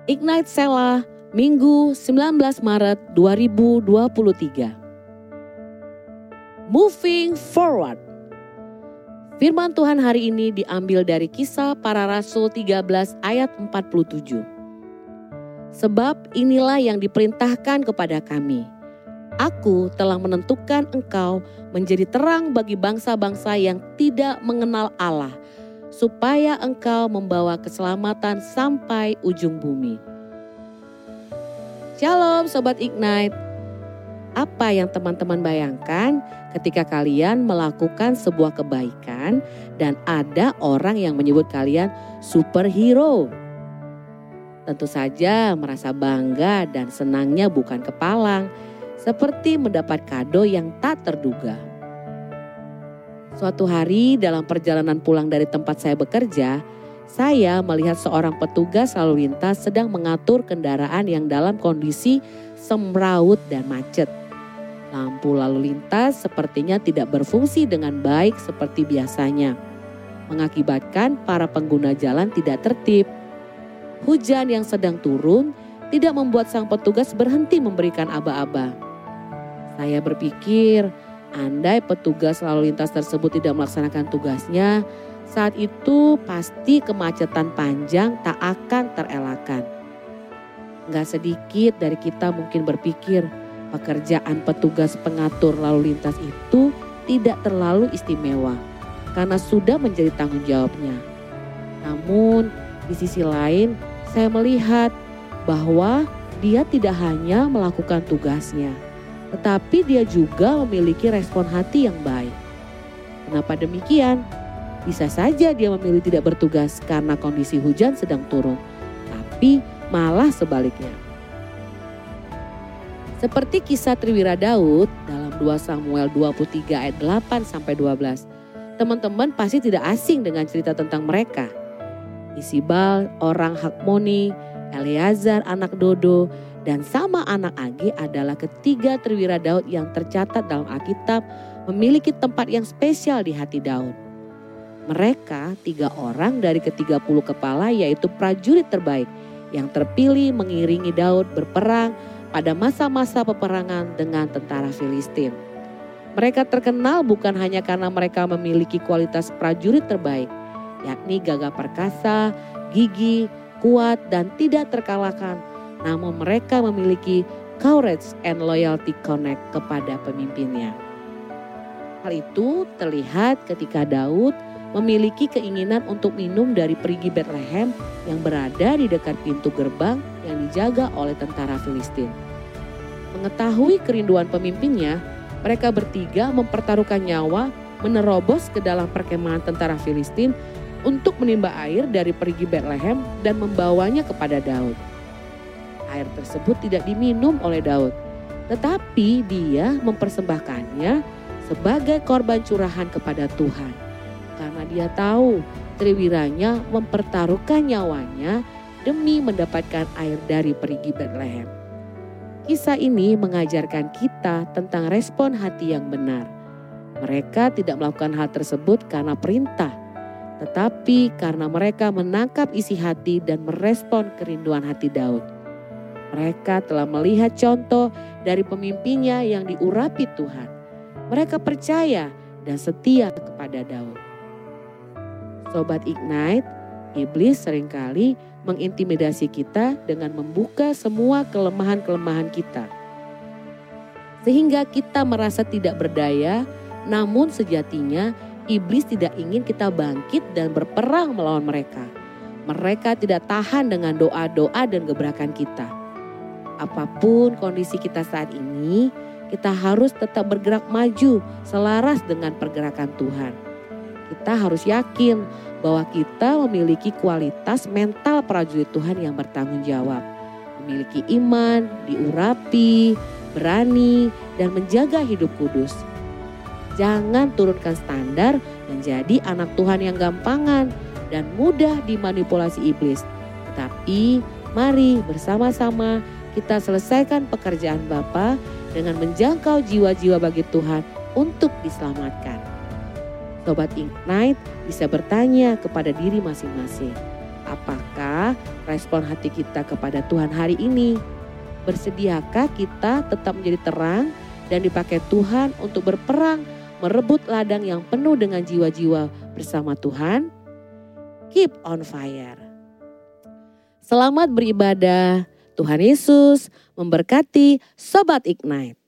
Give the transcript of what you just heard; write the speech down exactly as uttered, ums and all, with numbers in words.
Ignite Sela, Minggu sembilan belas Maret dua ribu dua puluh tiga. Moving forward. Firman Tuhan hari ini diambil dari Kisah Para Rasul tiga belas ayat empat puluh tujuh. Sebab inilah yang diperintahkan kepada kami. Aku telah menentukan engkau menjadi terang bagi bangsa-bangsa yang tidak mengenal Allah, supaya engkau membawa keselamatan sampai ujung bumi. Shalom Sobat Ignite. Apa yang teman-teman bayangkan ketika kalian melakukan sebuah kebaikan dan ada orang yang menyebut kalian superhero? Tentu saja merasa bangga dan senangnya bukan kepalang, seperti mendapat kado yang tak terduga. Suatu hari dalam perjalanan pulang dari tempat saya bekerja, saya melihat seorang petugas lalu lintas sedang mengatur kendaraan yang dalam kondisi semrawut dan macet. Lampu lalu lintas sepertinya tidak berfungsi dengan baik seperti biasanya, mengakibatkan para pengguna jalan tidak tertib. Hujan yang sedang turun tidak membuat sang petugas berhenti memberikan aba-aba. Saya berpikir, andai petugas lalu lintas tersebut tidak melaksanakan tugasnya, saat itu pasti kemacetan panjang tak akan terelakkan. Gak sedikit dari kita mungkin berpikir, pekerjaan petugas pengatur lalu lintas itu tidak terlalu istimewa karena sudah menjadi tanggung jawabnya. Namun di sisi lain saya melihat bahwa dia tidak hanya melakukan tugasnya, tetapi dia juga memiliki respon hati yang baik. Kenapa demikian? Bisa saja dia memilih tidak bertugas karena kondisi hujan sedang turun, tapi malah sebaliknya. Seperti kisah Triwira Daud dalam dua Samuel dua puluh tiga ayat delapan sampai dua belas. Teman-teman pasti tidak asing dengan cerita tentang mereka. Isibal orang Hakmoni, Eleazar anak Dodo, dan Sama anak Age adalah ketiga Triwira Daud yang tercatat dalam Alkitab memiliki tempat yang spesial di hati Daud. Mereka tiga orang dari ketiga puluh kepala yaitu prajurit terbaik yang terpilih mengiringi Daud berperang pada masa-masa peperangan dengan tentara Filistin. Mereka terkenal bukan hanya karena mereka memiliki kualitas prajurit terbaik, yakni gagah perkasa, gigih, kuat dan tidak terkalahkan. Namun mereka memiliki courage and loyalty connect kepada pemimpinnya. Hal itu terlihat ketika Daud memiliki keinginan untuk minum dari perigi Betlehem yang berada di dekat pintu gerbang yang dijaga oleh tentara Filistin. Mengetahui kerinduan pemimpinnya, mereka bertiga mempertaruhkan nyawa menerobos ke dalam perkemahan tentara Filistin untuk menimba air dari perigi Betlehem dan membawanya kepada Daud. Air tersebut tidak diminum oleh Daud, tetapi dia mempersembahkannya sebagai korban curahan kepada Tuhan. Karena dia tahu Triwiranya mempertaruhkan nyawanya demi mendapatkan air dari perigi Betlehem. Kisah ini mengajarkan kita tentang respon hati yang benar. Mereka tidak melakukan hal tersebut karena perintah, tetapi karena mereka menangkap isi hati dan merespon kerinduan hati Daud. Mereka telah melihat contoh dari pemimpinnya yang diurapi Tuhan. Mereka percaya dan setia kepada Daud. Sobat Ignite, iblis seringkali mengintimidasi kita dengan membuka semua kelemahan-kelemahan kita. Sehingga kita merasa tidak berdaya, namun sejatinya iblis tidak ingin kita bangkit dan berperang melawan mereka. Mereka tidak tahan dengan doa-doa dan gebrakan kita. Apapun kondisi kita saat ini, kita harus tetap bergerak maju selaras dengan pergerakan Tuhan. Kita harus yakin bahwa kita memiliki kualitas mental prajurit Tuhan yang bertanggung jawab. Memiliki iman, diurapi, berani, dan menjaga hidup kudus. Jangan turunkan standar dan jadi anak Tuhan yang gampangan dan mudah dimanipulasi iblis. Tetapi mari bersama-sama kita selesaikan pekerjaan Bapa dengan menjangkau jiwa-jiwa bagi Tuhan untuk diselamatkan. Sobat Ignite bisa bertanya kepada diri masing-masing, Apakah respon hati kita kepada Tuhan hari ini? Bersediakah kita tetap menjadi terang dan dipakai Tuhan untuk berperang merebut ladang yang penuh dengan jiwa-jiwa bersama Tuhan? Keep on fire. Selamat beribadah. Tuhan Yesus memberkati Sobat Ignite.